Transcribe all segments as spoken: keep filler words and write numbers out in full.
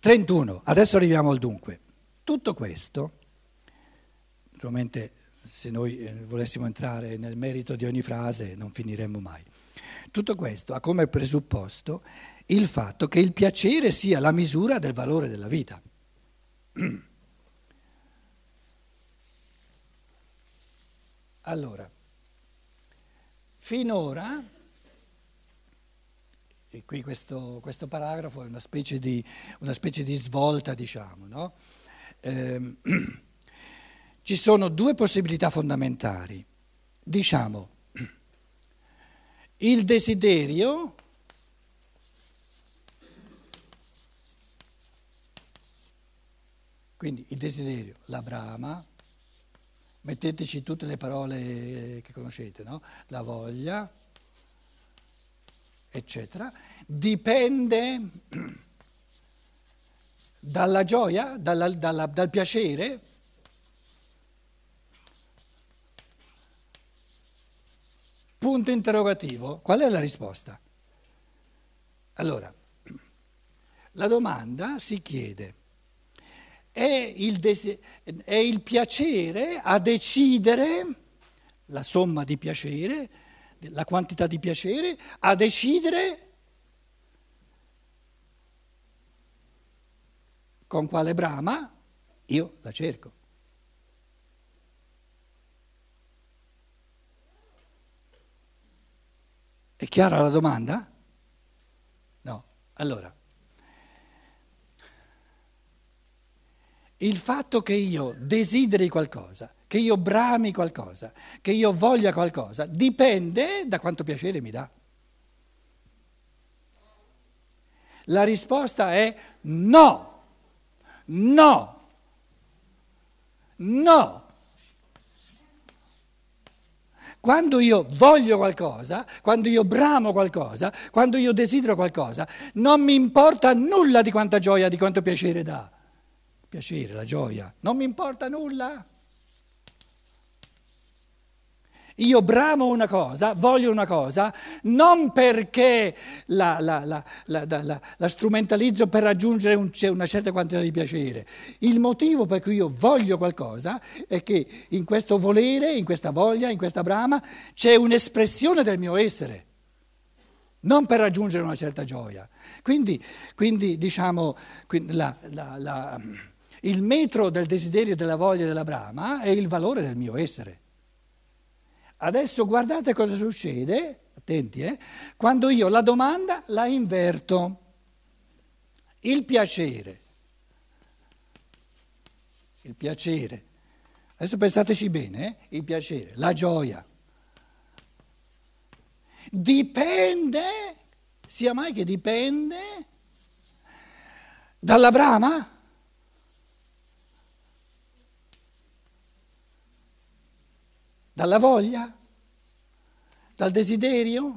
trentuno, adesso arriviamo al dunque. Tutto questo, naturalmente se noi volessimo entrare nel merito di ogni frase non finiremmo mai, tutto questo ha come presupposto il fatto che il piacere sia la misura del valore della vita. Allora, finora, e qui questo, questo paragrafo è una specie di, una specie di svolta, diciamo, no? Ehm, ci sono due possibilità fondamentali, diciamo, il desiderio quindi il desiderio, la brama, metteteci tutte le parole che conoscete, no? La voglia, eccetera, dipende dalla gioia, dalla, dalla, dal piacere, punto interrogativo. Qual è la risposta? Allora, la domanda si chiede: è il, des- è il piacere a decidere, la somma di piacere, la quantità di piacere, a decidere con quale brama io la cerco. È chiara la domanda? No. Allora, il fatto che io desideri qualcosa, che io brami qualcosa, che io voglia qualcosa, dipende da quanto piacere mi dà. La risposta è no, no, no. Quando io voglio qualcosa, quando io bramo qualcosa, quando io desidero qualcosa, non mi importa nulla di quanta gioia, di quanto piacere dà. Piacere, la gioia, non mi importa nulla. Io bramo una cosa, voglio una cosa, non perché la, la, la, la, la, la strumentalizzo per raggiungere un, una certa quantità di piacere. Il motivo per cui io voglio qualcosa è che in questo volere, in questa voglia, in questa brama, c'è un'espressione del mio essere, non per raggiungere una certa gioia. Quindi, quindi diciamo, quindi la, la, la, il metro del desiderio, della voglia e della brama è il valore del mio essere. Adesso guardate cosa succede, attenti, eh, quando io la domanda la inverto. Il piacere, il piacere, adesso pensateci bene, eh, il piacere, la gioia, dipende, sia mai che dipende, dalla brama? Dalla voglia? Dal desiderio?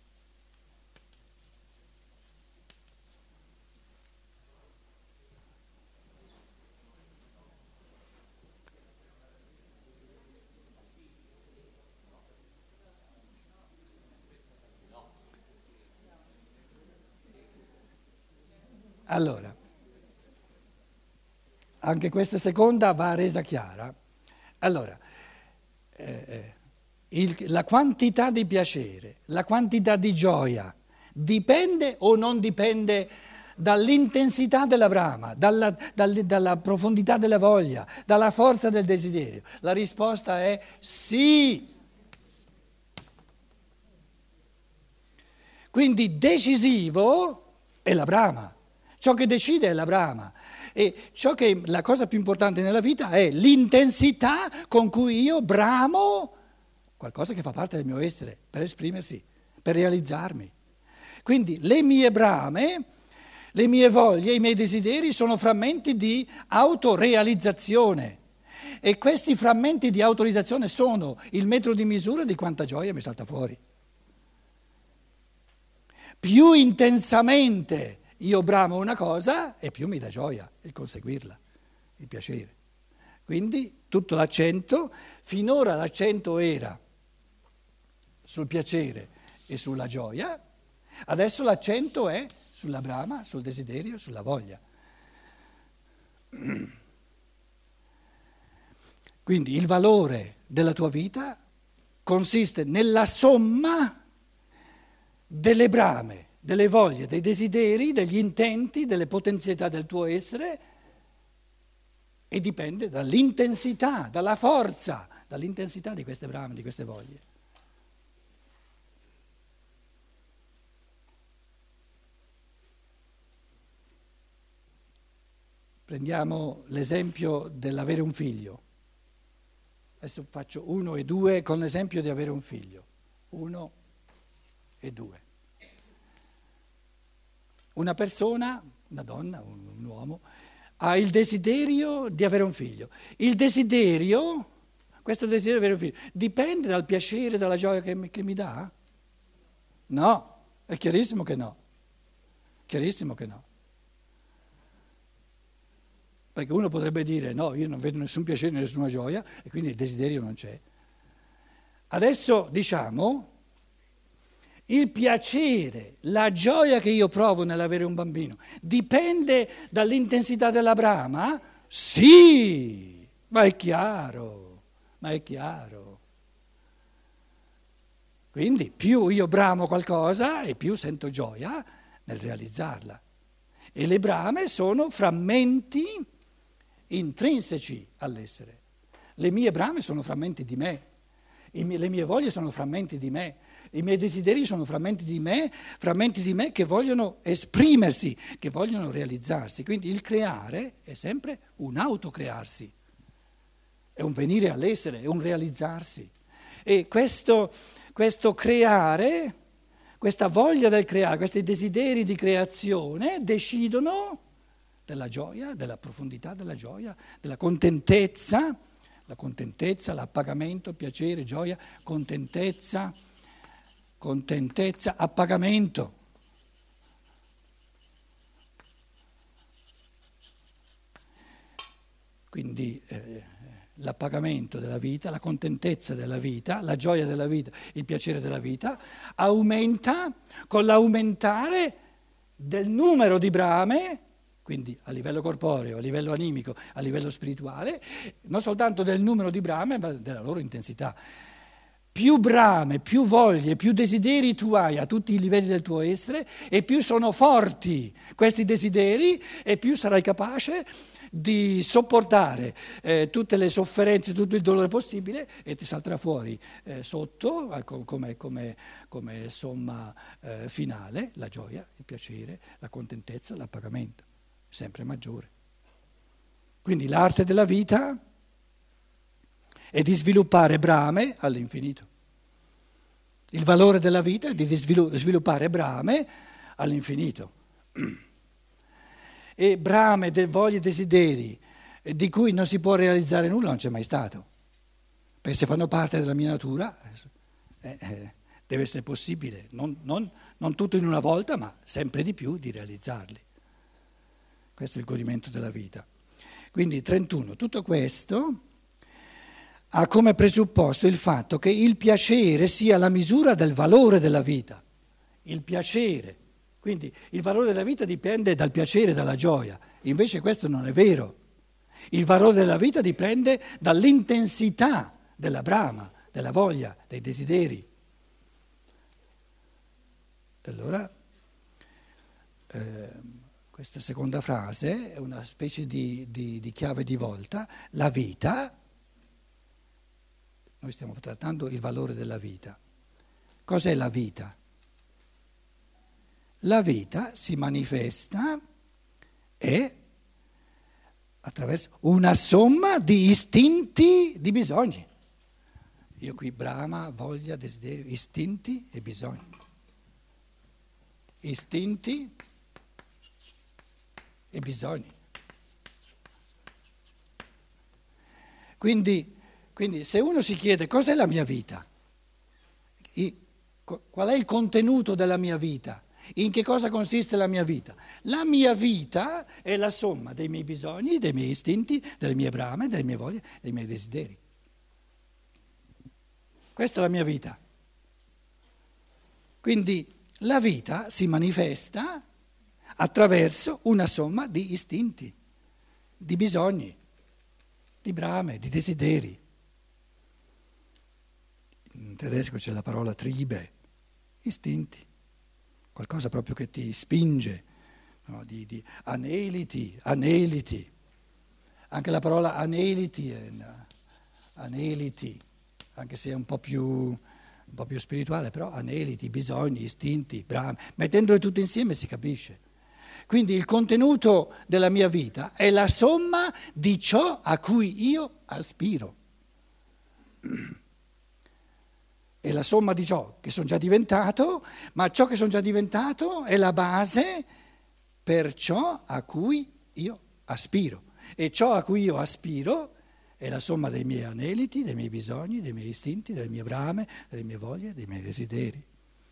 Allora, anche questa seconda va resa chiara. Allora, Eh, il, la quantità di piacere, la quantità di gioia dipende o non dipende dall'intensità della brama, dalla, dal, dalla profondità della voglia, dalla forza del desiderio? La risposta è sì. Quindi decisivo è la brama, ciò che decide è la brama. E ciò che la cosa più importante nella vita è l'intensità con cui io bramo qualcosa che fa parte del mio essere, per esprimersi, per realizzarmi. Quindi le mie brame, le mie voglie, i miei desideri sono frammenti di autorealizzazione e questi frammenti di autorizzazione sono il metro di misura di quanta gioia mi salta fuori. Più intensamente io bramo una cosa e più mi dà gioia il conseguirla, il piacere. Quindi tutto l'accento, finora l'accento era sul piacere e sulla gioia, adesso l'accento è sulla brama, sul desiderio, sulla voglia. Quindi il valore della tua vita consiste nella somma delle brame, delle voglie, dei desideri, degli intenti, delle potenzialità del tuo essere e dipende dall'intensità, dalla forza, dall'intensità di queste brame, di queste voglie. Prendiamo l'esempio dell'avere un figlio. Adesso faccio uno e due con l'esempio di avere un figlio. Uno e due. Una persona, una donna, un, un uomo, ha il desiderio di avere un figlio. Il desiderio, questo desiderio di avere un figlio, dipende dal piacere, dalla gioia che mi, che mi dà? No, è chiarissimo che no. Chiarissimo che no. Perché uno potrebbe dire no, io non vedo nessun piacere, nessuna gioia e quindi il desiderio non c'è. Adesso diciamo, il piacere, la gioia che io provo nell'avere un bambino dipende dall'intensità della brama? Sì, ma è chiaro, ma è chiaro. Quindi più io bramo qualcosa e più sento gioia nel realizzarla. E le brame sono frammenti intrinseci all'essere. Le mie brame sono frammenti di me, I mie, le mie voglie sono frammenti di me, i miei desideri sono frammenti di me, frammenti di me che vogliono esprimersi, che vogliono realizzarsi. Quindi il creare è sempre un autocrearsi, è un venire all'essere, è un realizzarsi. E questo, questo creare, questa voglia del creare, questi desideri di creazione decidono della gioia, della profondità della gioia, della contentezza, la contentezza, l'appagamento, piacere, gioia, contentezza, contentezza, appagamento. Quindi eh, l'appagamento della vita, la contentezza della vita, la gioia della vita, il piacere della vita, aumenta con l'aumentare del numero di brame, quindi a livello corporeo, a livello animico, a livello spirituale, non soltanto del numero di brame, ma della loro intensità. Più brame, più voglie, più desideri tu hai a tutti i livelli del tuo essere e più sono forti questi desideri e più sarai capace di sopportare eh, tutte le sofferenze, tutto il dolore possibile e ti salterà fuori eh, sotto ecco, come, come, come somma eh, finale la gioia, il piacere, la contentezza, l'appagamento, sempre maggiore. Quindi l'arte della vita è di sviluppare brame all'infinito. Il valore della vita è di sviluppare brame all'infinito. E brame, voglie e desideri di cui non si può realizzare nulla non c'è mai stato. Perché se fanno parte della mia natura eh, eh, deve essere possibile, non, non, non tutto in una volta, ma sempre di più di realizzarli. Questo è il godimento della vita. Quindi trentuno, tutto questo ha come presupposto il fatto che il piacere sia la misura del valore della vita. Il piacere. Quindi il valore della vita dipende dal piacere, dalla gioia. Invece questo non è vero. Il valore della vita dipende dall'intensità della brama, della voglia, dei desideri. Allora, eh, questa seconda frase è una specie di, di, di chiave di volta. La vita, noi stiamo trattando il valore della vita. Cos'è la vita? La vita si manifesta e attraverso una somma di istinti, di bisogni. Io qui brama, voglia, desiderio, istinti e bisogni. Istinti e bisogni. Quindi, quindi se uno si chiede cos'è la mia vita, qual è il contenuto della mia vita, in che cosa consiste la mia vita? La mia vita è la somma dei miei bisogni, dei miei istinti, delle mie brame, delle mie voglie, dei miei desideri. Questa è la mia vita. Quindi la vita si manifesta attraverso una somma di istinti, di bisogni, di brame, di desideri. In tedesco c'è la parola Triebe, istinti, qualcosa proprio che ti spinge, no? di, di aneliti, aneliti. Anche la parola aneliti, è, aneliti, anche se è un po' più, un po' più spirituale, però aneliti, bisogni, istinti, brame, mettendole tutte insieme si capisce. Quindi il contenuto della mia vita è la somma di ciò a cui io aspiro. È la somma di ciò che sono già diventato, ma ciò che sono già diventato è la base per ciò a cui io aspiro. E ciò a cui io aspiro è la somma dei miei aneliti, dei miei bisogni, dei miei istinti, delle mie brame, delle mie voglie, dei miei desideri.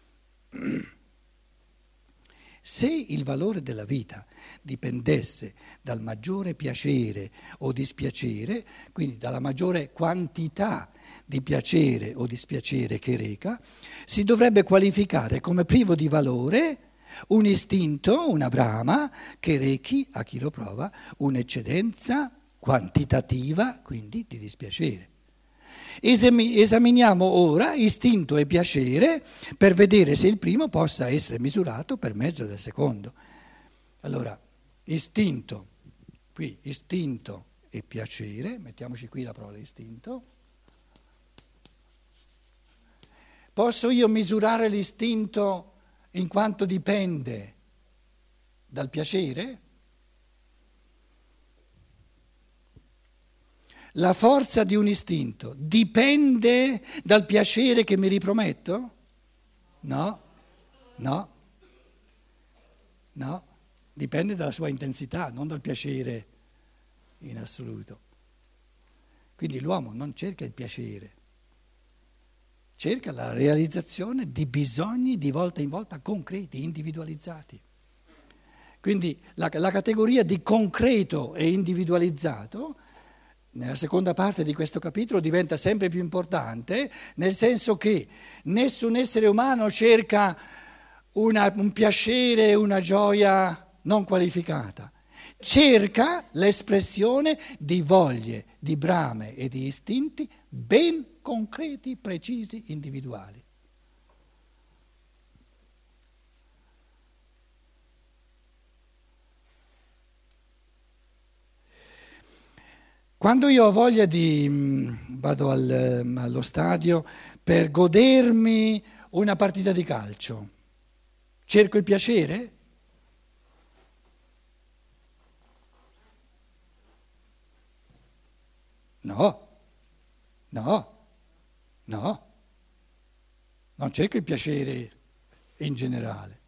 Se il valore della vita dipendesse dal maggiore piacere o dispiacere, quindi dalla maggiore quantità di piacere o dispiacere che reca, si dovrebbe qualificare come privo di valore un istinto, una brama, che rechi a chi lo prova un'eccedenza quantitativa, quindi di dispiacere. Esaminiamo ora istinto e piacere per vedere se il primo possa essere misurato per mezzo del secondo. Allora, istinto, qui istinto e piacere, mettiamoci qui la parola istinto. Posso io misurare l'istinto in quanto dipende dal piacere? La forza di un istinto dipende dal piacere che mi riprometto? No, no, no, dipende dalla sua intensità, non dal piacere in assoluto. Quindi l'uomo non cerca il piacere, cerca la realizzazione di bisogni di volta in volta concreti, individualizzati. Quindi la, la categoria di concreto e individualizzato nella seconda parte di questo capitolo diventa sempre più importante, nel senso che nessun essere umano cerca una, un piacere, una gioia non qualificata, cerca l'espressione di voglie, di brame e di istinti ben concreti, precisi, individuali. Quando io ho voglia di, vado al, allo stadio per godermi una partita di calcio, cerco il piacere? No, no, no, non cerco il piacere in generale.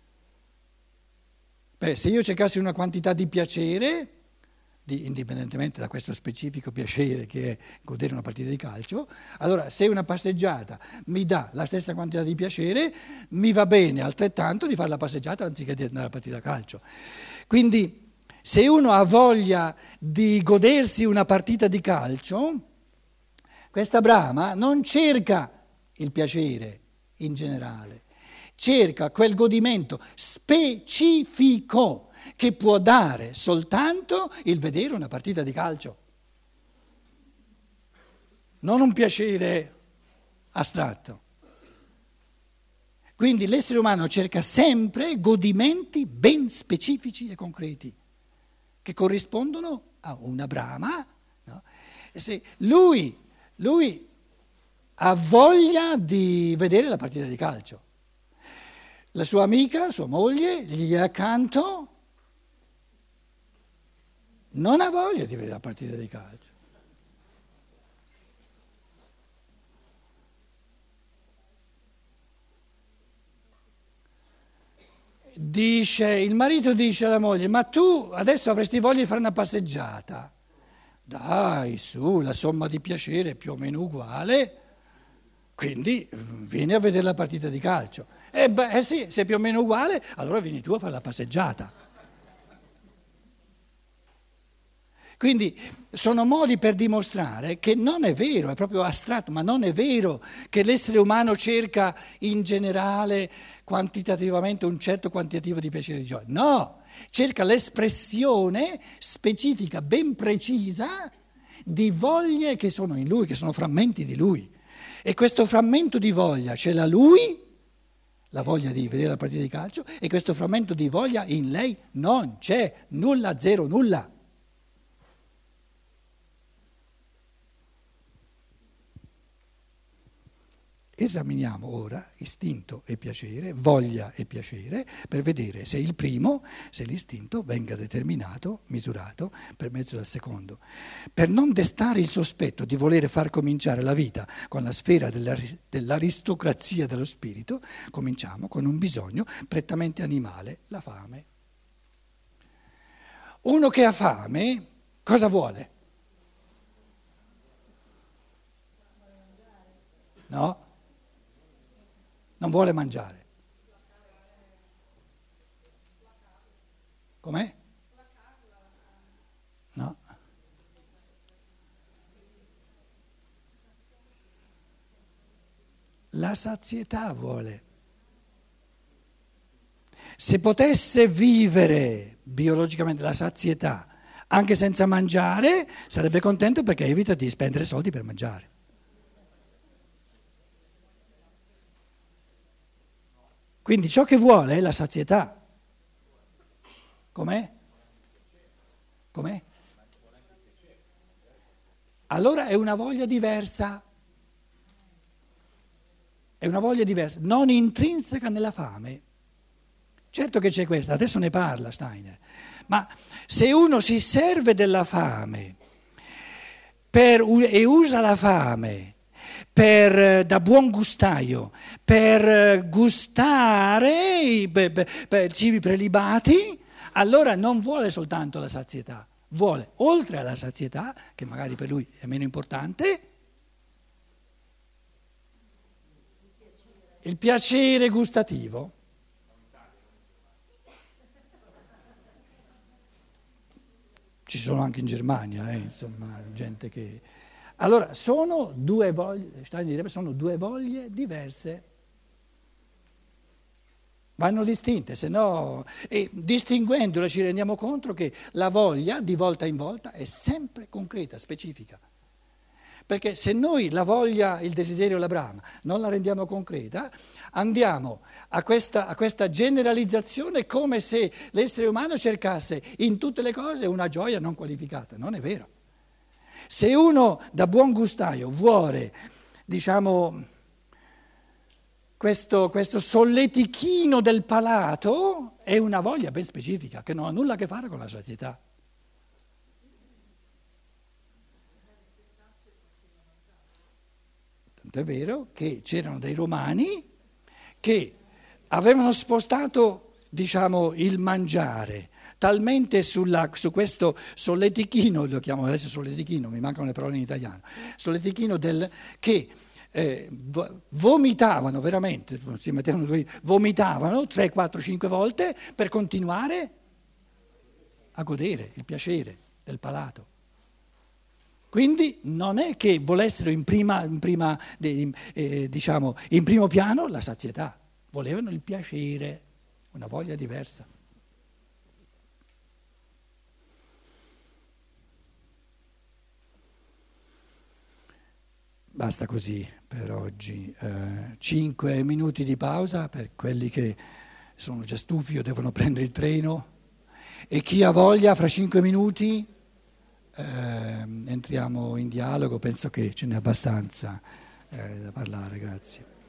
Beh, se io cercassi una quantità di piacere, Di, indipendentemente da questo specifico piacere che è godere una partita di calcio, allora se una passeggiata mi dà la stessa quantità di piacere, mi va bene altrettanto di fare la passeggiata anziché di andare alla partita di calcio. Quindi se uno ha voglia di godersi una partita di calcio, questa brama non cerca il piacere in generale, cerca quel godimento specifico che può dare soltanto il vedere una partita di calcio, non un piacere astratto. Quindi l'essere umano cerca sempre godimenti ben specifici e concreti, che corrispondono a una brama. No? E se lui, lui ha voglia di vedere la partita di calcio, la sua amica, sua moglie, gli è accanto, non ha voglia di vedere la partita di calcio. Dice, il marito dice alla moglie, ma tu adesso avresti voglia di fare una passeggiata. Dai, su, la somma di piacere è più o meno uguale, quindi vieni a vedere la partita di calcio. Eh, beh, eh sì, se è più o meno uguale, allora vieni tu a fare la passeggiata. Quindi sono modi per dimostrare che non è vero, è proprio astratto, ma non è vero che l'essere umano cerca in generale quantitativamente un certo quantitativo di piacere e di gioia. No, cerca l'espressione specifica, ben precisa, di voglie che sono in lui, che sono frammenti di lui. E questo frammento di voglia ce l'ha lui, la voglia di vedere la partita di calcio, e questo frammento di voglia in lei non c'è, nulla, zero, nulla. Esaminiamo ora istinto e piacere, voglia e piacere, per vedere se il primo, se l'istinto venga determinato, misurato per mezzo del secondo. Per non destare il sospetto di voler far cominciare la vita con la sfera dell'aristocrazia dello spirito, cominciamo con un bisogno prettamente animale, la fame. Uno che ha fame, cosa vuole? No? Non vuole mangiare. Com'è? No. La sazietà vuole. Se potesse vivere biologicamente la sazietà anche senza mangiare, sarebbe contento perché evita di spendere soldi per mangiare. Quindi ciò che vuole è la sazietà. Com'è? Com'è? Allora è una voglia diversa. È una voglia diversa, non intrinseca nella fame. Certo che c'è questa, adesso ne parla Steiner, ma se uno si serve della fame per, e usa la fame per, da buon gustaio, per gustare i be, be, be, cibi prelibati, allora non vuole soltanto la sazietà, vuole oltre alla sazietà, che magari per lui è meno importante, il piacere gustativo. Ci sono anche in Germania, eh, insomma, gente che... Allora, sono due voglie, Steiner direbbe, sono due voglie diverse. Vanno distinte, se no... E distinguendole ci rendiamo conto che la voglia, di volta in volta, è sempre concreta, specifica. Perché se noi la voglia, il desiderio, la brama non la rendiamo concreta, andiamo a questa, a questa generalizzazione come se l'essere umano cercasse in tutte le cose una gioia non qualificata. Non è vero. Se uno da buon gustaio vuole, diciamo, questo, questo solletichino del palato, è una voglia ben specifica che non ha nulla a che fare con la sazietà. È vero che c'erano dei romani che avevano spostato, diciamo, il mangiare talmente sulla, su questo solletichino, lo chiamo adesso solletichino, mi mancano le parole in italiano, solletichino del, che eh, vomitavano veramente, si mettevano due, vomitavano tre, quattro, cinque volte per continuare a godere il piacere del palato. Quindi non è che volessero in, prima, in, prima, eh, diciamo, in primo piano la sazietà, volevano il piacere, una voglia diversa. Basta così per oggi. Eh, cinque minuti di pausa per quelli che sono già stufi o devono prendere il treno. E chi ha voglia, fra cinque minuti... Eh, entriamo in dialogo, penso che ce n'è abbastanza eh, da parlare, grazie.